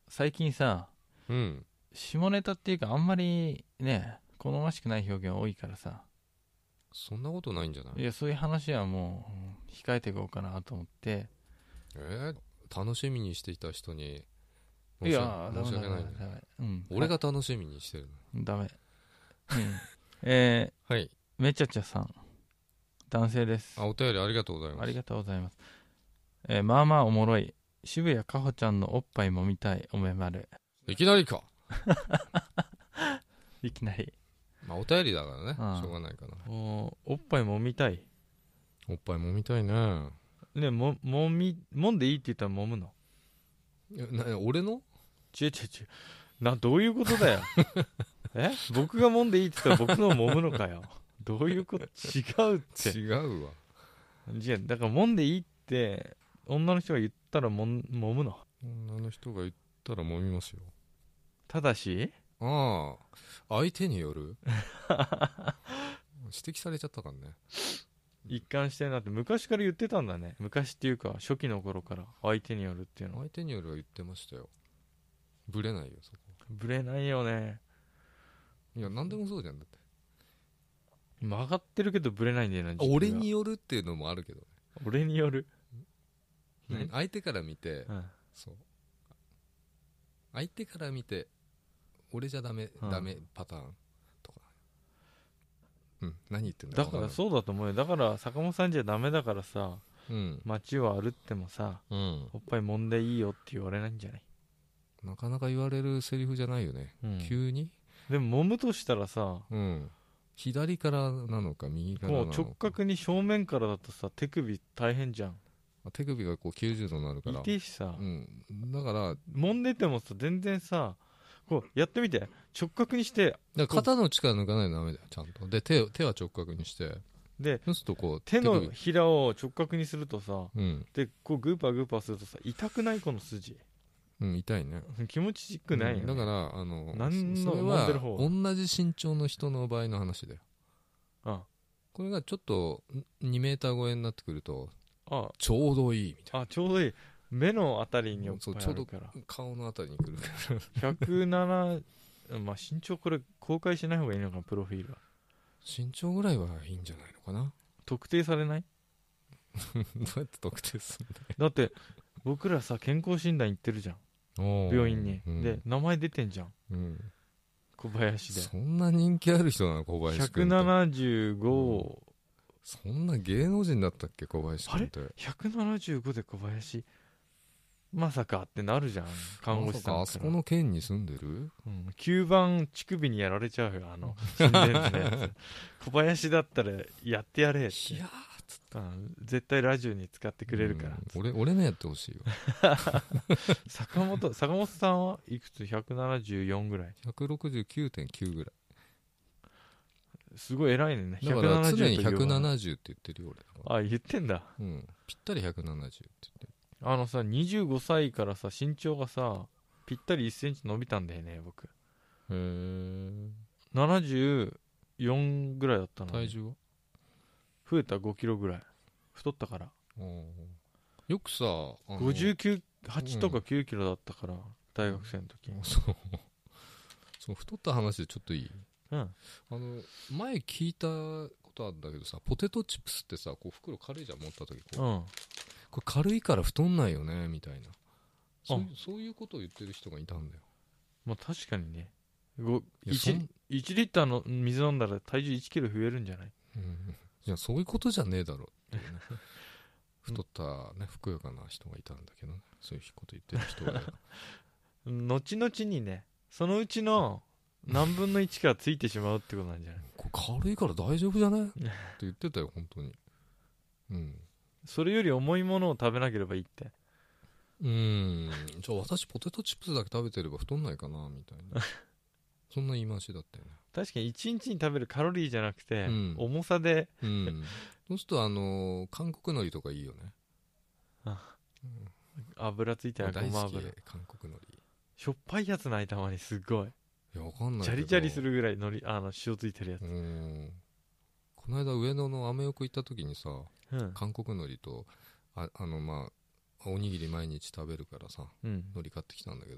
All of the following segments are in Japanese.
最近さ、 うん。 下ネタっていうかあんまりね、好ましくない表現多いからさ、 そんなことないんじゃない？ いや、そういう話はもう、控えていこうかなと思って。 楽しみにしていた人にいやー、ダメダメダ申し訳ないね。 メダメ。うん。 俺が楽しみにしてるダメ。うん。 の。はい。 めちゃちゃさん、男性です。 お便りありがとうございます。 ありがとうございます。まあまあおもろい。渋谷かほちゃんのおっぱい揉みたい、おめまる。 いきなりか。 いきなり。 お便りだからね。 うんしょうがないかな。 おっぱい揉みたい。 おっぱい揉みたいね。 ね、揉んでいいって言ったら揉むの？ 俺の違う違う違う。どういうことだよ。僕が揉んでいいって言ったら僕のを揉むのかよ。どういうこと？違うって。 違うわ。 じゃあ、だから揉んでいいって女の人が言ったら揉むの。 女の人が言ったら揉みますよ。 ただし相手による指摘されちゃったからね。 一貫してんなって昔から言ってたんだね。昔っていうか初期の頃から相手によるっていうの。 相手によるは言ってましたよ。ブレないよ、そこ。 ぶれないよね。 いや、なんでもそうじゃん。だって曲がってるけどぶれないんだよな。 俺によるっていうのもあるけどね。 俺による。 相手から見て、 うん。 そう。相手から見て、俺じゃダメパターンとか。何言ってんだだからう。 そうだと思うよ。だから坂本さんじゃダメだからさ、 うん街を歩ってもさ、 うんおっぱい揉んでいいよって言われないんじゃない？ なかなか言われるセリフじゃないよね、急に。 でも揉むとしたらさ、 左からなのか右からなのか。 直角に正面からだとさ、手首大変じゃん。 手首がこう90度になるから。 痛いしさ、 だから揉んでてもさ、全然さ、こうやってみて、直角にして、 だから肩の力抜かないとダメだよ、ちゃんと。で手は直角にして、 でそうするとこう手のひらを直角にするとさ、 でこうグーパーグーパーするとさ、痛くない？この筋。 痛いね。 気持ちよくないよね。 だから何のそれは同じ身長の人の場合の話だよ。これがちょっと2メーター超えになってくるとちょうどいいみたいな。 ちょうどいい。目のあたりにおっぱいあるから。 ちょうど顔のあたりに来るから 107身長これ公開しない方がいいのかな、プロフィールは。 身長ぐらいはいいんじゃないのかな。 特定されない？ どうやって特定するんだよ。 だって僕らさ、健康診断行ってるじゃん、病院に、で名前出てんじゃん、小林で。 そんな人気ある人なの、小林君って。 175、 そんな芸能人だったっけ、小林君って。 175で小林、まさかってなるじゃん、看護師さんから。 まさかあそこの県に住んでる 9番乳首にやられちゃうよ、心電図のやつ。小林だったらやってやれって。 いや絶対ラジオに使ってくれるから。 俺のやってほしいよ。 坂本さんはいくつ？ 174 ぐらい。 169.9 ぐらい。 すごい偉いね。 だから常に170って言ってるよ、 俺。言ってんだ。 ぴったり170って言ってる。 さ、25歳からさ、身長がさ、ぴったり1センチ伸びたんだよね、僕。74ぐらいだったの。 体重は増えた5キロぐらい。太ったから。 よくさ、 59、8とか9キロだったから、大学生の時。 そう太った話でちょっといい？前聞いたことあるんだけどさ、ポテトチップスってさ、こう袋軽いじゃん、持った時これ軽いから太んないよねみたいな、そういうことを言ってる人がいたんだよ。 まあ確かにね。1リッターの水飲んだら体重1キロ増えるんじゃない？ いや、そういうことじゃねえだろっていうね。太ったね、ふくよかな人がいたんだけどね、そういうこと言ってる人が後々にね、そのうちの何分の1かついてしまうってことなんじゃない？ これ軽いから大丈夫じゃねって言ってたよ、本当に。 それより重いものを食べなければいいって。 じゃあ私ポテトチップスだけ食べてれば太んないかなみたいなそんな言い回しだったよね。 確かに1日に食べるカロリーじゃなくて、重さで、 そうすると韓国海苔とかいいよね。 油ついてないごま油。 韓国海苔しょっぱいやつない？たまにすっごい。 いや、わかんないけどジャリジャリするぐらい塩ついてるやつ。 この間上野のアメ横行った時にさ、韓国海苔とおにぎり毎日食べるからさ、海苔買ってきたんだけどさ、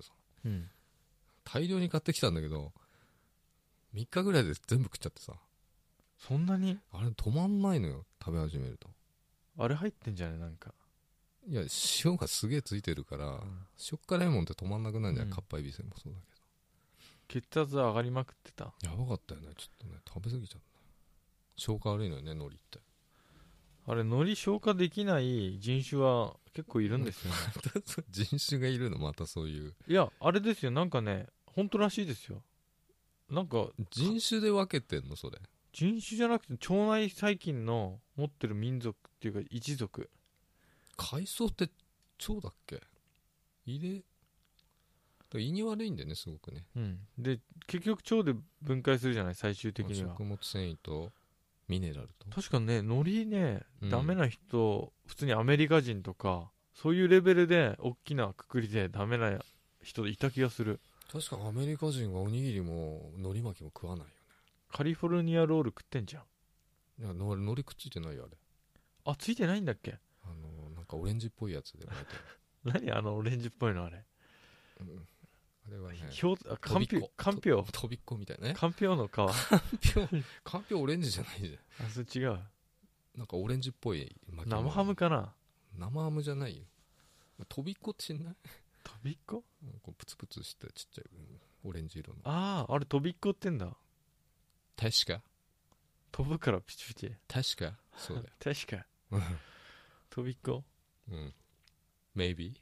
うん、 大量に買ってきたんだけど3日ぐらいで全部食っちゃってさ。 そんなに？ あれ止まんないのよ、食べ始めると。 あれ入ってんじゃない？なんかいや塩がすげえついてるから、塩辛いもんって止まんなくなるんじゃない、かっぱえびせんもそうだけど。血圧上がりまくってた。 やばかったよね、ちょっとね、食べ過ぎちゃった。消化悪いのよね、海苔って。 あれ海苔消化できない人種は結構いるんですよね。 人種がいるの、またそういう。 いやあれですよ、なんかね本当らしいですよ。なんか人種で分けてんのそれ？ 人種じゃなくて腸内細菌の持ってる民族っていうか一族。 海藻って腸だっけ？胃に悪いんだよね、すごくね。 うん、で結局腸で分解するじゃない、最終的には。 食物繊維とミネラルと。 確かね海苔ね、ダメな人普通にアメリカ人とかそういうレベルで大きなくくりでダメな人いた気がする。 確かアメリカ人がおにぎりも海苔巻きも食わないよね。 カリフォルニアロール食ってんじゃん。 いや海苔くっついてないよあれ。 あ、ついてないんだっけ？ なんかオレンジっぽいやつで巻いて何あのオレンジっぽいのあれ。 あれはね、 かんぴょうとびっこみたいなね。 かんぴょうの皮。かんぴょうオレンジじゃないじゃん。 あ、それ違う。 なんかオレンジっぽい巻き物。 生ハムかな？ 生ハムじゃないよ。とびっこって知んない？ とびっこ？ こうプツプツしてちっちゃいオレンジ色の。 ああ、あれとびっこってんだ。 確か飛ぶからピチピチ。 確かそうだよ。 確かとびっこ。 うん。maybe、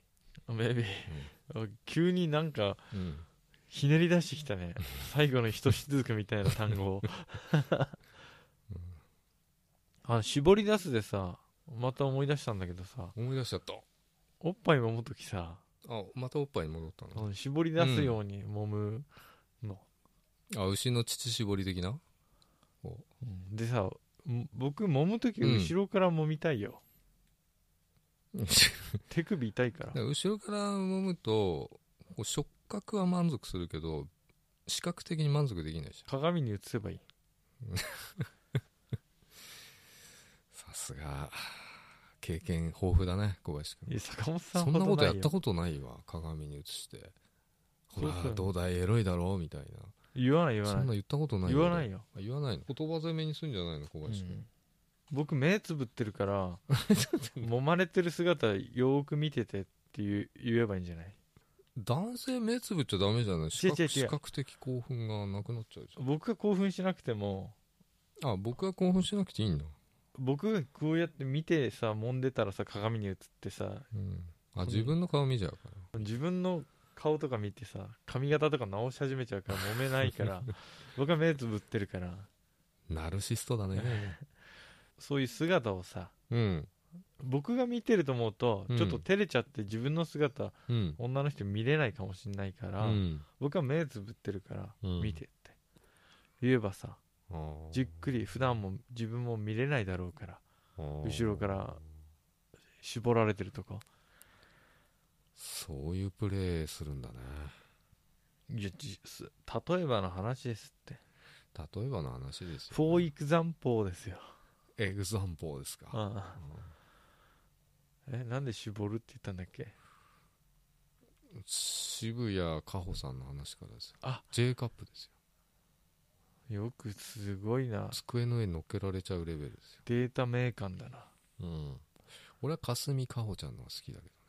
急になんか、ひねり出してきたね。最後のひとしずくみたいな単語を。絞り出すでさ、また思い出したんだけどさ。 思い出しちゃった。 おっぱい揉むときさ、 またおっぱいに戻ったの？ 絞り出すように揉むの。 牛の乳搾り的な？ でさ、僕揉むとき後ろから揉みたいよ。手首痛いから。 後ろから揉むと触覚は満足するけど視覚的に満足できないじゃん。 鏡に映せばいい。 さすが経験豊富だね、小林君。 坂本さんそんなことやったことないわ。鏡に映してほらどうだいエロいだろうみたいな。 言わない。 そんな言ったことないよ。 言わないよ。 言わないの？言葉攻めにするんじゃないの、小林君。 僕目つぶってるから揉まれてる姿よーく見ててって言えばいいんじゃない？ 男性目つぶっちゃダメじゃない？視覚的興奮がなくなっちゃうじゃん。 僕が興奮しなくても。 僕が興奮しなくていいんだ。 僕がこうやって見てさ揉んでたらさ鏡に映ってさ、 自分の顔見ちゃうから。 自分の顔とか見てさ髪型とか直し始めちゃうから揉めないから僕は目つぶってるから。 ナルシストだね。 そういう姿をさ、僕が見てると思うとちょっと照れちゃって自分の姿、女の人見れないかもしれないから、僕は目つぶってるから見てって言えばさ、じっくり普段も自分も見れないだろうから後ろから絞られてるとこ。 そういうプレーするんだね。 いや例えばの話ですって。 例えばの話ですよ、ね。 フォーエグザンポーですよ。 エグザンポーですか。 なんで絞るって言ったんだっけ？ 渋谷かほさんの話からですよ。J カップですよ。よくすごいな。 机の上に乗っけられちゃうレベルですよ。 データ名鑑だな。 俺は霞かほちゃんのが好きだけどね。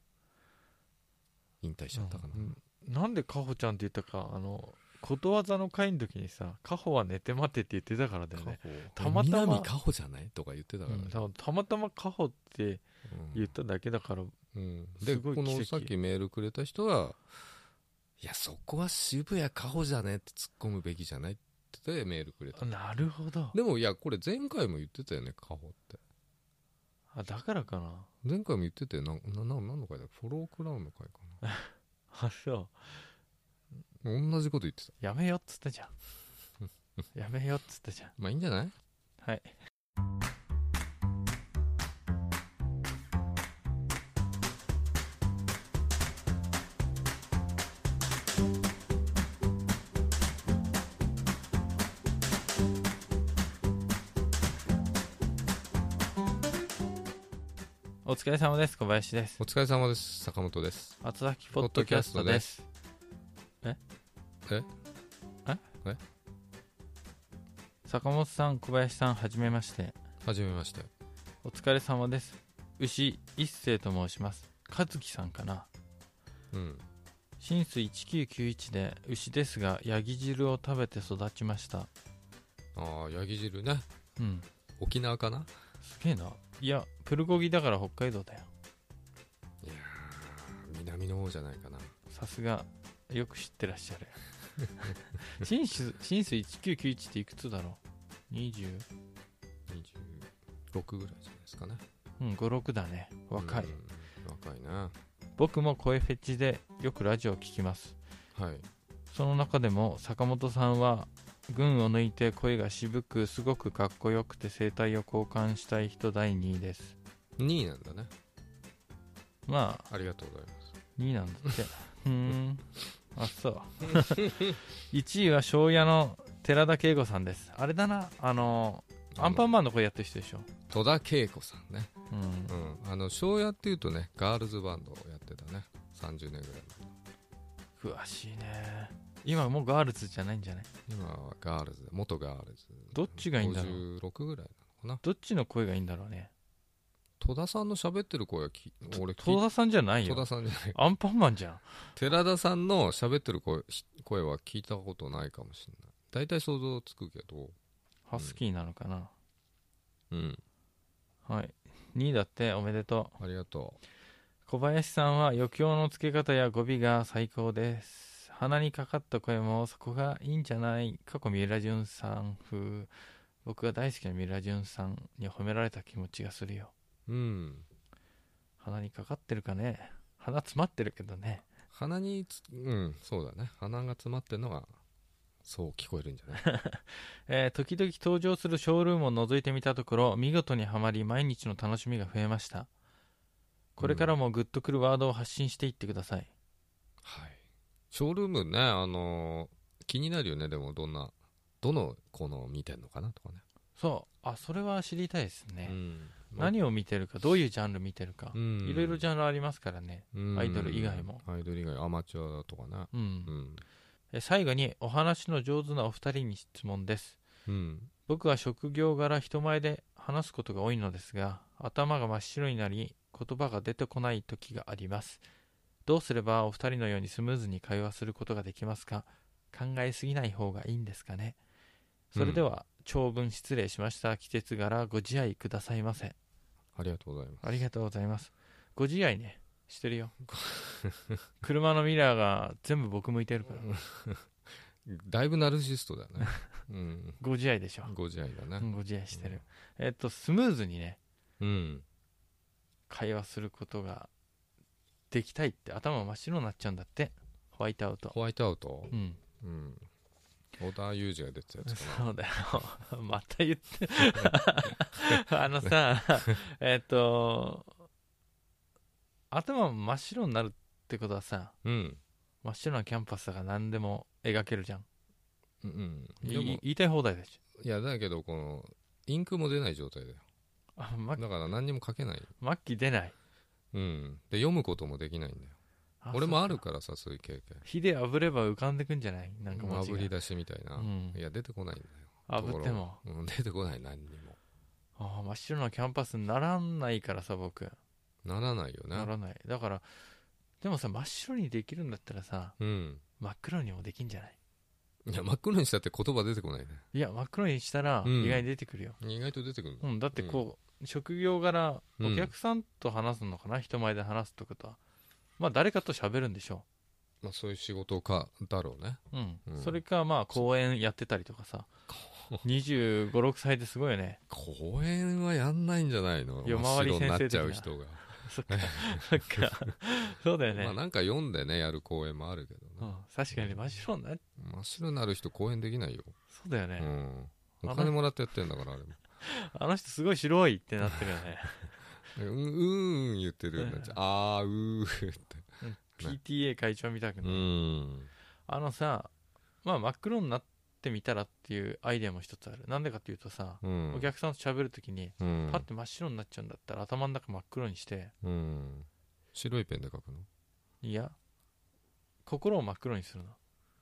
引退しちゃったかな。 なんでかほちゃんって言ったか、ことわざの会の時にさ、かほは寝て待てって言ってたからだよね。 たまたま南かほじゃないとか言ってたからね。 たまたまかほって言っただけだから。 でこのさっきメールくれた人は、いやそこは渋谷かほじゃねって突っ込むべきじゃないってメールくれた。 なるほど。 でもいやこれ前回も言ってたよね、かほって。 だからかな。 前回も言ってて、何の回だ、フォロークラウンの回かな。 そう同じこと言ってた。 やめよっつったじゃん。やめよっつったじゃん。 まあいいんじゃない？ はい。お疲れ様です。小林です。 お疲れ様です。坂本です。 松崎ポッドキャストです。 坂本さん、小林さん、はじめまして。 はじめまして。 お疲れ様です。牛一世と申します。和樹さんかな。 うん。 新水1991で牛ですがヤギ汁を食べて育ちました。 ああ、ヤギ汁ね。 うん。 沖縄かな。 すげえな。いや、プルコギだから北海道だよ。 いやー、南の方じゃないかな。 さすがよく知ってらっしゃる。新水1991っていくつだろう。26 ぐらいじゃないですかね。 うん、5、6だね。若い。 若いな。 僕も声フェチでよくラジオを聞きます。 はい。 その中でも坂本さんは群を抜いて声が渋くすごくかっこよくて声帯を交換したい人第2位です。 2位なんだね。 まあありがとうございます。 2位なんだってあ、そう1位は庄屋の寺田恵子さんです。あれだな、アンパンマンの声やってる人でしょ。 戸田恵子さんね。 うん、 庄屋っていうとね、ガールズバンドをやってたね。30年ぐらい前。詳しいね。今もうガールズじゃないんじゃない？ 今はガールズ、元ガールズ。 どっちがいいんだろう。 56ぐらいなのかな。 どっちの声がいいんだろうね。 戸田さんの喋ってる声は俺戸田さんじゃないよ。 戸田さんじゃない。 アンパンマンじゃん。 寺田さんの喋ってる声は聞いたことないかもしれない。大体想像つくけど。 ハスキーなのかな。 うん。 はい。2位だって。おめでとう。ありがとう。 小林さんは余興の付け方や語尾が最高です。鼻にかかった声もそこがいいんじゃない。過去三浦淳さん風。僕が大好きな三浦淳さんに褒められた気持ちがするよ。 うん。 鼻にかかってるかね。鼻詰まってるけどね。 鼻にそうだね。鼻が詰まってるのがそう聞こえるんじゃない、時々登場するショールームを覗いてみたところ、見事にはまり毎日の楽しみが増えました。これからもグッとくるワードを発信していってください。 はい。ショールームね、気になるよね。でもどのコーナーを見てんのかなとかね。 そう。それは知りたいですね。 うん、 何を見てるか、どういうジャンル見てるか、いろいろジャンルありますからね。アイドル以外も。 アイドル以外、アマチュアとかね。 最後にお話の上手なお二人に質問です。僕は職業柄人前で話すことが多いのですが、頭が真っ白になり言葉が出てこない時があります。どうすればお二人のようにスムーズに会話することができますか？考えすぎない方がいいんですかね。それでは、長文失礼しました。季節柄ご自愛くださいませ。 ありがとうございます。 ありがとうございます。ご自愛ね、してるよ。車のミラーが全部僕向いてるから。 だいぶナルシストだね。 ご自愛でしょ。 ご自愛だね。 ご自愛してる。スムーズにね、会話することができたいって頭真っ白になっちゃうんだって。ホワイトアウト。 ホワイトアウト。小田裕二が出てたやつかな。そうだよ。また言ってさ頭真っ白になるってことはさ、真っ白なキャンパスだから何でも描けるじゃん。言いたい放題だし。 いやだけどこのインクも出ない状態だよ。だから何にも書けない。 末期出ない。 で読むこともできないんだよ。俺もあるからさ、そういう経験。 火で炙れば浮かんでくんじゃない？なんか炙り出しみたいな。いや出てこないんだよ。 炙っても。 出てこない、何にも。 真っ白なキャンパスにならないからさ、僕。 ならないよね。 ならない。だからでもさ、真っ白にできるんだったらさ、真っ黒にもできんじゃない？ いや真っ黒にしたって言葉出てこないね。 いや真っ黒にしたら意外に出てくるよ。 意外と出てくるんだ。だってこう、職業柄お客さんと話すのかな、人前で話すってことはまあ誰かと喋るんでしょう。まあそういう仕事かだろうね。 それかまあ公演やってたりとかさ。25、6歳ですごいよね。 公演はやんないんじゃないの？ 夜回り先生的な。 真っ白になっちゃう人が。 そっかそうだよね。 まあなんか読んでねやる公演もあるけどね。 確かに真っ白になる人公演できないよ。 そうだよね。 お金もらってやってんだからあれも。 あの人すごい白いってなってるよね。 言ってるよね。って。 PTA 会長みたくなる。さ、まあ真っ黒になってみたらっていうアイデアも一つある。なんでかっていうとさ、お客さんと喋るときに、パッて真っ白になっちゃうんだったら頭の中真っ黒にして、 白いペンで書くの？ いや、心を真っ黒にするの。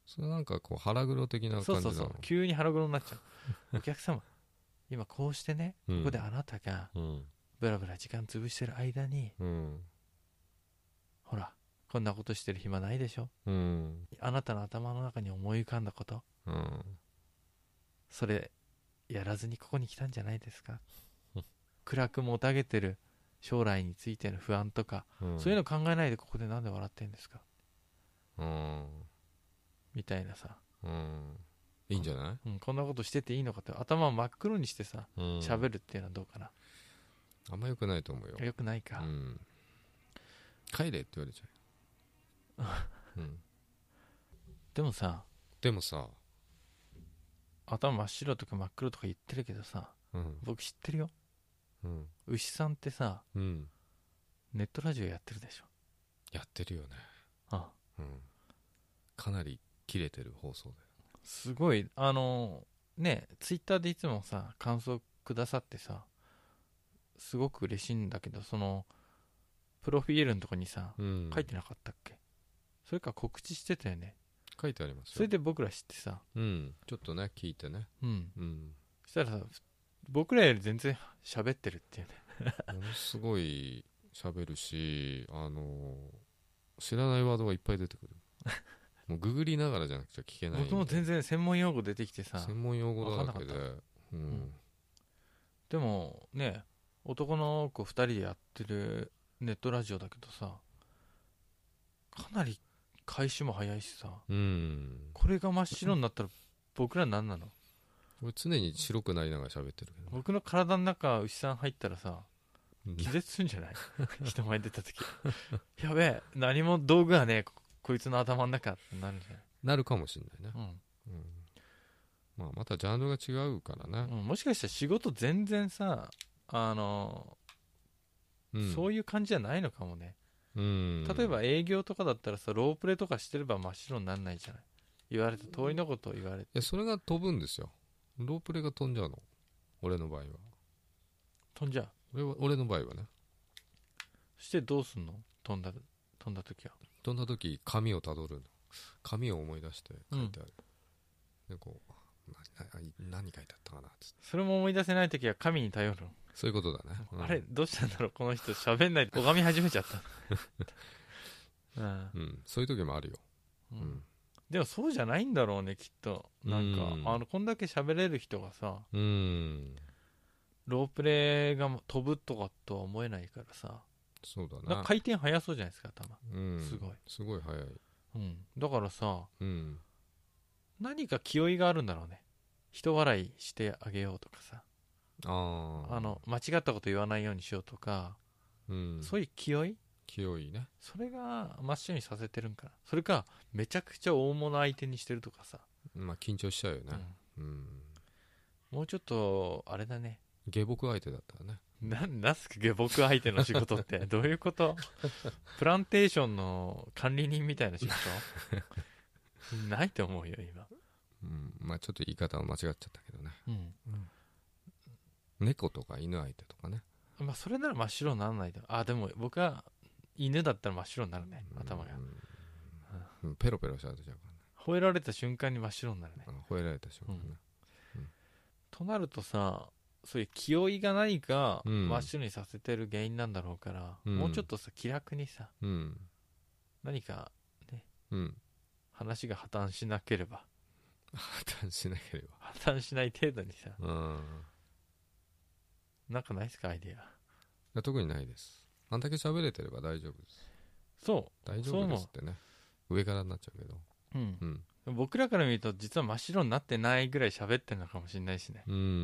それなんかこう腹黒的な感じなの。 そうそうそう、急に腹黒になっちゃう。お客様今こうしてね、ここであなたがブラブラ時間潰してる間に、ほらこんなことしてる暇ないでしょ、あなたの頭の中に思い浮かんだこと、それやらずにここに来たんじゃないですか。暗くもたげてる将来についての不安とか、そういうの考えないでここでなんで笑ってんですか、みたいなさ、 いいんじゃない、 こんなことしてていいのかって、頭を真っ黒にしてさ喋るっていうのはどうかな。 あんま良くないと思うよ。 良くないか、 帰れって言われちゃう。 でもさ頭真っ白とか真っ黒とか言ってるけどさ、僕知ってるよ、牛さんってさ、ネットラジオやってるでしょ。 やってるよね。かなり切れてる放送で、 すごいね、ツイッターでいつもさ感想くださってさ、すごく嬉しいんだけど、そのプロフィールのとこにさ、書いてなかったっけ。それか告知してたよね。 書いてありますよ。 それで僕ら知ってさ、 ちょっとね聞いてね、 そしたらさ、僕らより全然喋ってるっていうね。 ものすごい喋るし、知らないワードがいっぱい出てくる。もうググりながらじゃなくちゃ聞けない。 僕も全然専門用語出てきてさ、 専門用語だらけで、 でもね、男の子2人でやってるネットラジオだけどさ、かなり開始も早いしさ、これが真っ白になったら僕ら何なの。 俺常に白くなりながら喋ってるけど、 僕の体の中牛さん入ったらさ気絶するんじゃない人前に出た時やべえ、何も道具がねえ こいつの頭の中ってなるんじゃない。 なるかもしれないね。まあ、またジャンルが違うからね、 もしかしたら仕事全然さそういう感じじゃないのかもね。例えば営業とかだったらさ、ロープレとかしてれば真っ白にならないじゃない。言われた通りのことを言われて、 それが飛ぶんですよ。ロープレが飛んじゃうの、俺の場合は。 飛んじゃう。 俺の場合はね。 そしてどうすんの、飛んだ時は。 飛んだ時紙をたどるの。紙を思い出して書いてある、でこう何書いてあったかなっつって。 それも思い出せない時は紙に頼るの。 そういうことだね、 あれどうしたんだろうこの人喋んないで拝み始めちゃったそういう時もあるよ、 でもそうじゃないんだろうねきっと。なんかこんだけ喋れる人がさ、ロープレが飛ぶとかとは思えないからさ。 そうだな。 回転早そうじゃないですか頭、 すごい早い、 だからさ、何か気負いがあるんだろうね。人笑いしてあげようとかさ、間違ったこと言わないようにしようとか、そういう気負いね。 それが真っ白にさせてるんかな。それかめちゃくちゃ大物相手にしてるとかさ、 まあ緊張しちゃうよね、 もうちょっとあれだね、 下僕相手だったらね。 なんすか下僕相手の仕事ってどういうこと。プランテーションの管理人みたいな仕事ないと思うよ今。 まあちょっと言い方は間違っちゃったけどね、猫とか犬相手とかね。 まあそれなら真っ白にならないで。でも僕は犬だったら真っ白になるね、頭が。 ペロペロしちゃうからね。 吠えられた瞬間に真っ白になるね。 吠えられた瞬間ね、 となるとさ、そういう気負いが何か真っ白にさせてる原因なんだろうから、もうちょっとさ気楽にさ、何かね、話が破綻しなければ、 破綻しなければ、 破綻しない程度にさ、なんかないですかアイデア。 特にないです。あんだけ喋れてれば大丈夫です。 そう大丈夫ですってね、上からになっちゃうけど、 僕らから見ると実は真っ白になってないぐらい喋ってるのかもしれないしね。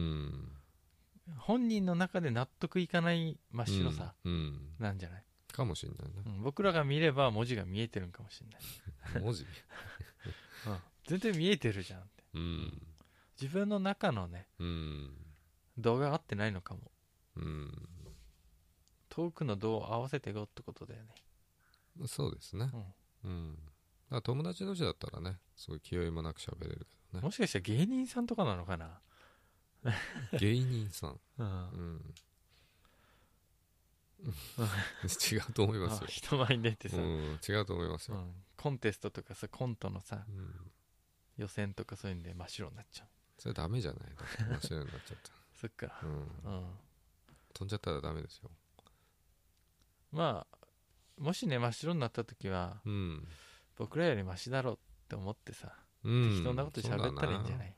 本人の中で納得いかない真っ白さなんじゃない、 かもしれないね、 僕らが見れば文字が見えてるんかもしれない文字、 全然見えてるじゃんって、自分の中のね、動画合ってないのかも、遠くの度を合わせていこうってことだよね。 そうですね、だから友達同士だったらね、そういう気負いもなく喋れるけどね。 もしかしたら芸人さんとかなのかな芸人さん、違うと思いますよ。 人前に出てさ、 違うと思いますよ、 コンテストとかさ、コントのさ、 予選とかそういうんで真っ白になっちゃう。 それダメじゃない、だって真っ白になっちゃったそっか、 飛んじゃったらダメですよ。 まあもしね真っ白になった時は、僕らよりマシだろうって思ってさ、適当なこと喋ったらいいんじゃない？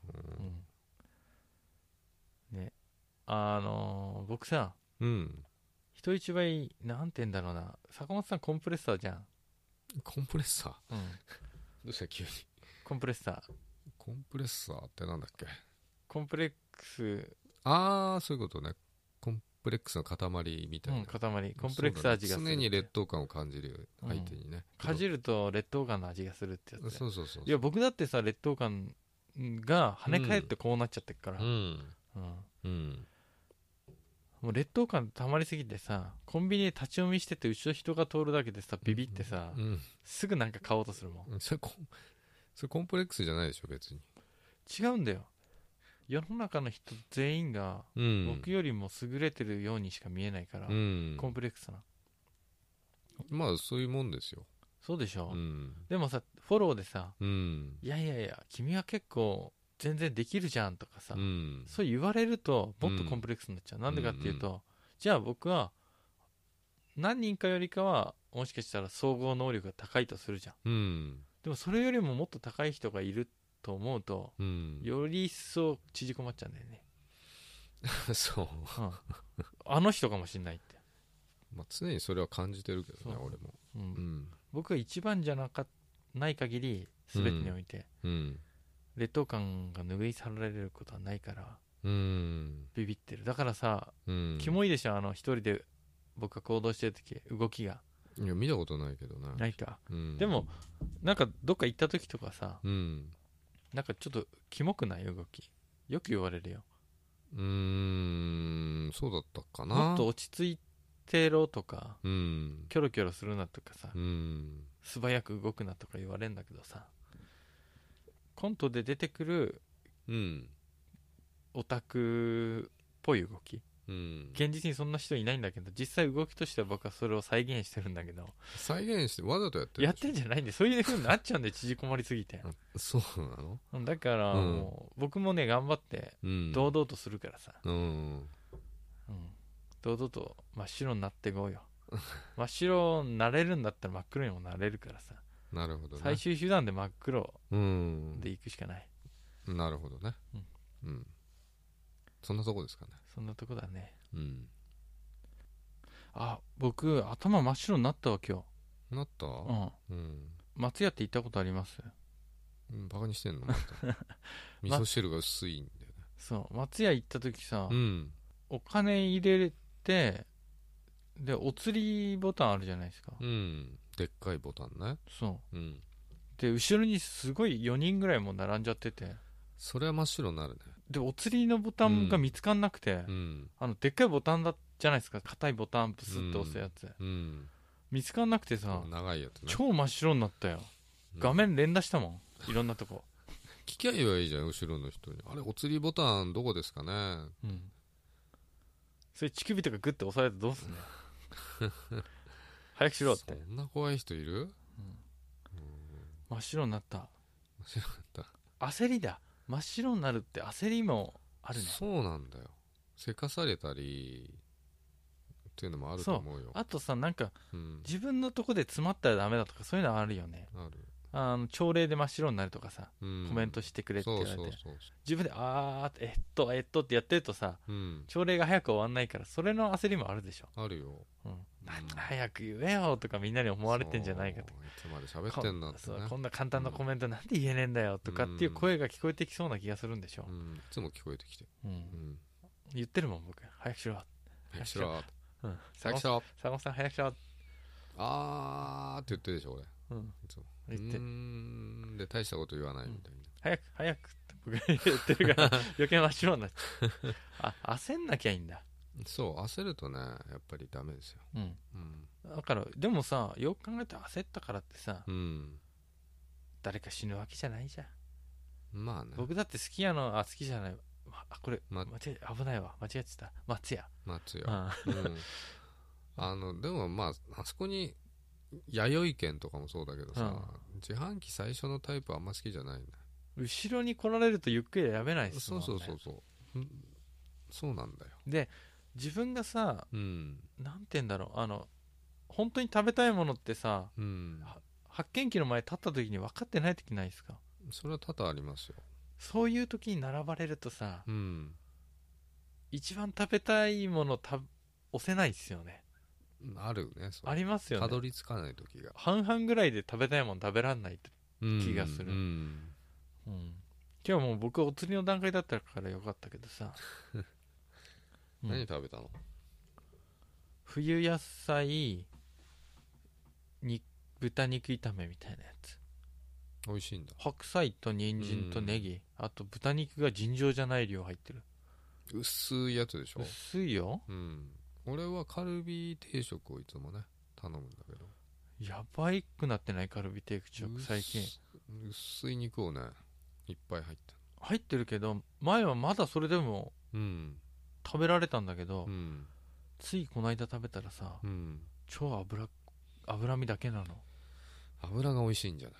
ね、僕さ、人一倍なんて言うんだろうな、坂本さんコンプレッサーじゃん。 コンプレッサー、どうした急に。 コンプレッサーってなんだっけ。 コンプレックス、 ああそういうことね。コンプレックスの塊みたいな、 塊コンプレックス味がする、 常に劣等感を感じる相手にね、 かじると劣等感の味がするってやつ。 そういや僕だってさ、劣等感が跳ね返ってこうなっちゃってるから、もう劣等感溜まりすぎてさ、コンビニで立ち読みしてて後ろ人が通るだけでさビビってさ、すぐなんか買おうとするもん。 それコンプレックスじゃないでしょ別に。 違うんだよ。世の中の人全員が僕よりも優れてるようにしか見えないから、コンプレックスな。 まあそういうもんですよ。 そうでしょ、でもさフォローでさ、いや君は結構全然できるじゃんとかさ、そう言われるともっとコンプレックスになっちゃう。なんでかっていうと、じゃあ僕は何人かよりかはもしかしたら総合能力が高いとするじゃん、でもそれよりももっと高い人がいると思うと、より一層縮こまっちゃうんだよねそう、 あの人かもしんないって、 まあ、常にそれは感じてるけどね俺も、 僕が一番じゃない限り全てにおいて、劣等感が拭い去られることはないから、ビビってる。だからさ、キモいでしょ、一人で僕が行動してる時動きが。 いや見たことないけどな。 ないか、でもなんかどっか行った時とかさ、なんかちょっとキモくない動きよく言われるよ。 そうだったかな。 もっと落ち着いてろとか、キョロキョロするなとかさ、素早く動くなとか言われるんだけどさ、コントで出てくるオタクっぽい動き、現実にそんな人いないんだけど、実際動きとしては僕はそれを再現してるんだけど、 再現してわざとやってんじゃないんで、そういう風になっちゃうんで縮こまりすぎてそうなの。 だからもう、僕もね頑張って堂々とするからさ、堂々と真っ白になっていこうよ真っ白になれるんだったら真っ黒にもなれるからさ。 なるほどね。 最終手段で真っ黒で行くしかない。 なるほどね。そんなとこですかね。 そんなとこだね。あ、僕頭真っ白になったわ今日。 なった？ 松屋って行ったことあります？ バカにしてんのまた味噌汁が薄いんだよね。 そう松屋行った時さ、お金入れて、でお釣りボタンあるじゃないですか。 でっかいボタンね。 そう、で後ろにすごい4人ぐらいも並んじゃってて、 それは真っ白になるね。 でお釣りのボタンが見つかんなくて、でっかいボタンじゃないですか、硬いボタンプスッと押すやつ、見つかんなくてさ、 長いやつね、 超真っ白になったよ。画面連打したもん、いろんなとこ。 聞きゃ言えばいいじゃん後ろの人に。あれお釣りボタンどこですかね。 それ乳首とかグッて押されてどうすんの早くしろって。 そんな怖い人いる？ 真っ白になった。 真っ白になった。 焦りだ。真っ白になるって焦りもあるね。 そうなんだよ。せかされたりっていうのもあると思うよ。 あとさ、なんか、自分のとこで詰まったらダメだとかそういうのはあるよね。 ある。 朝礼で真っ白になるとかさ、コメントしてくれって言われて、自分でってやってるとさ、朝礼が早く終わんないから、それの焦りもあるでしょ。 あるよ。 早く言えよとかみんなに思われてんじゃないかとか、 いつまで喋ってんだってね、 こんな簡単なコメントなんで言えねえんだよとかっていう声が聞こえてきそうな気がするんでしょ。 いつも聞こえてきて、 言ってるもん僕、早くしろ早くしろ早くしろ、 坂本さん早くしろあーって言ってるでしょ俺、いつも言ってで大したこと言わないみたいな、 早くって僕が言ってるから余計真っ白になっちゃう焦んなきゃいいんだ。 そう焦るとねやっぱりダメですよ。 だからでもさ、よく考えて焦ったからってさ、誰か死ぬわけじゃないじゃん。 まあね。 僕だって好きじゃない、これ、間違え危ないわ、間違えてた。松屋でもまああそこに弥生県とかもそうだけどさ、自販機最初のタイプあんま好きじゃないんだ。 後ろに来られるとゆっくり選べないですもんね。 そうそうなんだよ。 で自分がさ、なんて言うんだろう、本当に食べたいものってさ、発見器の前立った時に分かってない時ないですか？ それは多々ありますよ。 そういう時に並ばれるとさ、一番食べたいもの押せないですよね。 あるね。 ありますよね。 たどり着かない時が半々ぐらいで食べたいもの食べられない気がする。今日もう僕お釣りの段階だったからよかったけどさ何食べたの？ 冬野菜豚肉炒めみたいなやつ。 美味しいんだ。 白菜と人参とネギ、あと豚肉が尋常じゃない量入ってる。 薄いやつでしょ？ 薄いよ。 俺はカルビ定食をいつもね頼むんだけど、 やばいくなってない？カルビ定食最近薄い肉をねいっぱい入ってるけど、前はまだそれでも食べられたんだけど、ついこの間食べたらさ、超脂身だけなの。 油が美味しいんじゃない？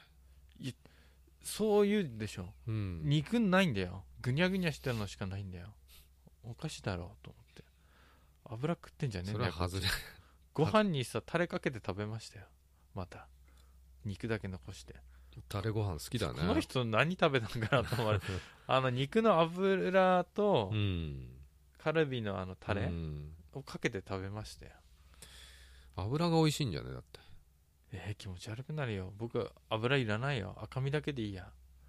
そう言うでしょ、肉ないんだよ。ぐにゃぐにゃしてるのしかないんだよ。おかしいだろうと思って、油食ってんじゃねえんだよ。 それは外れ。 ご飯にさタレかけて食べましたよ。また肉だけ残して。 タレご飯好きだね。 この人何食べたんかなと思われ肉の油と、カルビのタレをかけて食べましたよ。 油が美味しいんじゃね？だって気持ち悪くなるよ。僕は油いらないよ。赤身だけでいいや。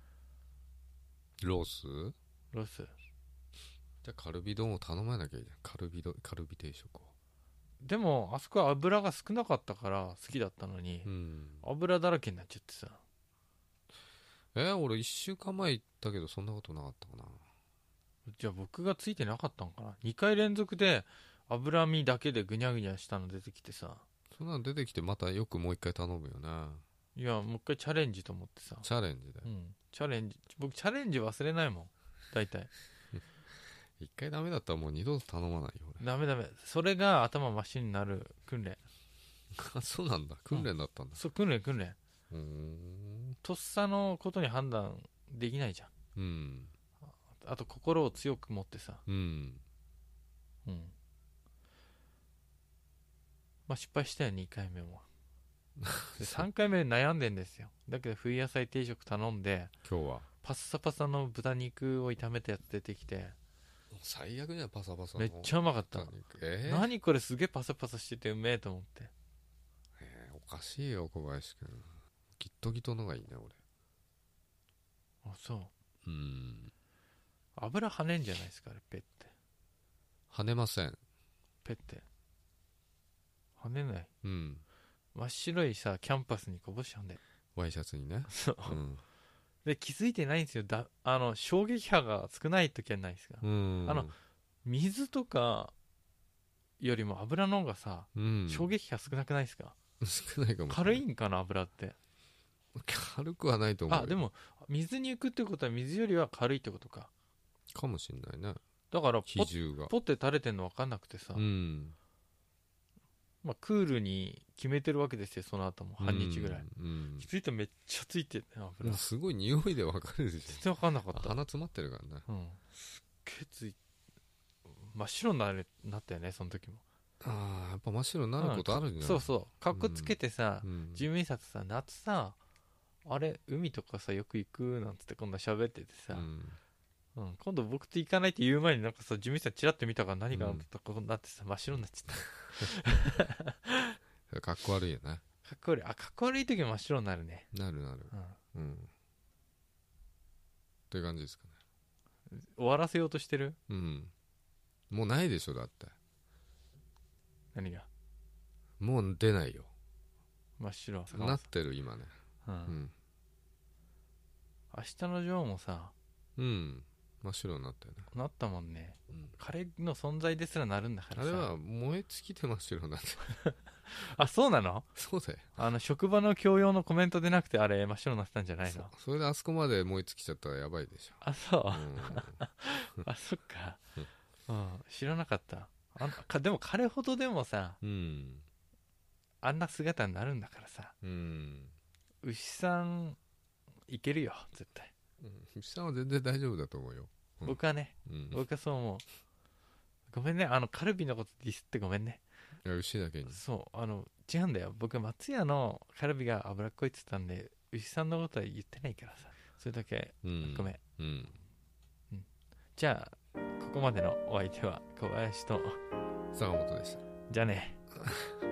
ロースじゃあカルビ丼を頼まなきゃいいじゃん。カルビ定食を。 でもあそこは油が少なかったから好きだったのに、油だらけになっちゃってさ。 俺1週間前行ったけどそんなことなかったかな。 じゃあ僕がついてなかったのかな。2回連続で脂身だけでぐにゃぐにゃしたの出てきてさ。 そんなの出てきてまたよくもう一回頼むよね。 いやもう一回チャレンジと思ってさ。 チャレンジで、 チャレンジ。僕チャレンジ忘れないもん大体。 一回ダメだったらもう二度と頼まないよ俺。 ダメ。それが頭真っ白になる訓練。 あ、そうなんだ。訓練だったんだ。 そう、訓練。とっさのことに判断できないじゃん。あと心を強く持ってさ。まあ失敗したよ2回目も。3回目悩んでんですよ。だけど冬野菜定食頼んで、 今日はパッサパサの豚肉を炒めたやつ出てきて、 最悪じゃん。パサパサのめっちゃうまかった。何これすげえパサパサしててうめえと思って。 おかしいよ小林君。ギットギトのがいいね俺。 あ、そう。油跳ねんじゃないですかあれ。ペッて跳ねません。 ペッて跳ねない。真っ白いさキャンパスにこぼしちゃうんで、 ワイシャツにね。 そう、で気づいてないんですよ。衝撃波が少ない時はないですか。水とかよりも油の方がさ、衝撃波少なくないですか。 少ないかも。 軽いんかな油って。 軽くはないと思うよ。 でも水に浮くってことは水よりは軽いってことか。 かもしんないね。 だから比重がポッて垂れてんの分かんなくてさ、まあ、クールに決めてるわけですよ。その後も半日ぐらい、気づいてめっちゃついてるね油。 すごい匂いで分かるでしょ。 全然分かんなかった。 鼻詰まってるからね。 すっげえつい真っ白になったよねその時も。 やっぱ真っ白になることあるんじゃない。 そうかっこつけてさ、事務員さんとさ、夏さあれ海とかさよく行くなんつって今度喋っててさ、今度僕と行かないって言う前になんかさ事務員さんチラッと見たから何があったかなってさ、真っ白になっちゃったかっこ悪いよね。 かっこ悪い。かっこ悪い時真っ白になるね。 なるという感じですかね。 終わらせようとしてる。 もうないでしょ。だって何がもう出ないよ。 真っ白なってる今ね。 明日のジョーもさ、 真っ白になったよね。 なったもんね。彼の存在ですらなるんだからさ。 あれは燃え尽きて真っ白になってあ、そうなの。 そうだよ。 職場の教養のコメントでなくてあれ真っ白になってたんじゃないの。 それであそこまで燃え尽きちゃったらやばいでしょ。 あ、そう、あ、そっか、知らなかった。でも彼ほどでもさ、あんな姿になるんだからさ、牛さんいけるよ絶対。 牛さんは全然大丈夫だと思うよ、 僕はね、僕はそう思う。ごめんね、カルビのことディスってごめんね。 いや、牛だけに。 そう、違うんだよ。僕は松屋のカルビが脂っこいって言ったんで、牛さんのことは言ってないからさ。それだけ、ごめん。じゃあ、ここまでのお相手は小林と坂本でした。 じゃあね。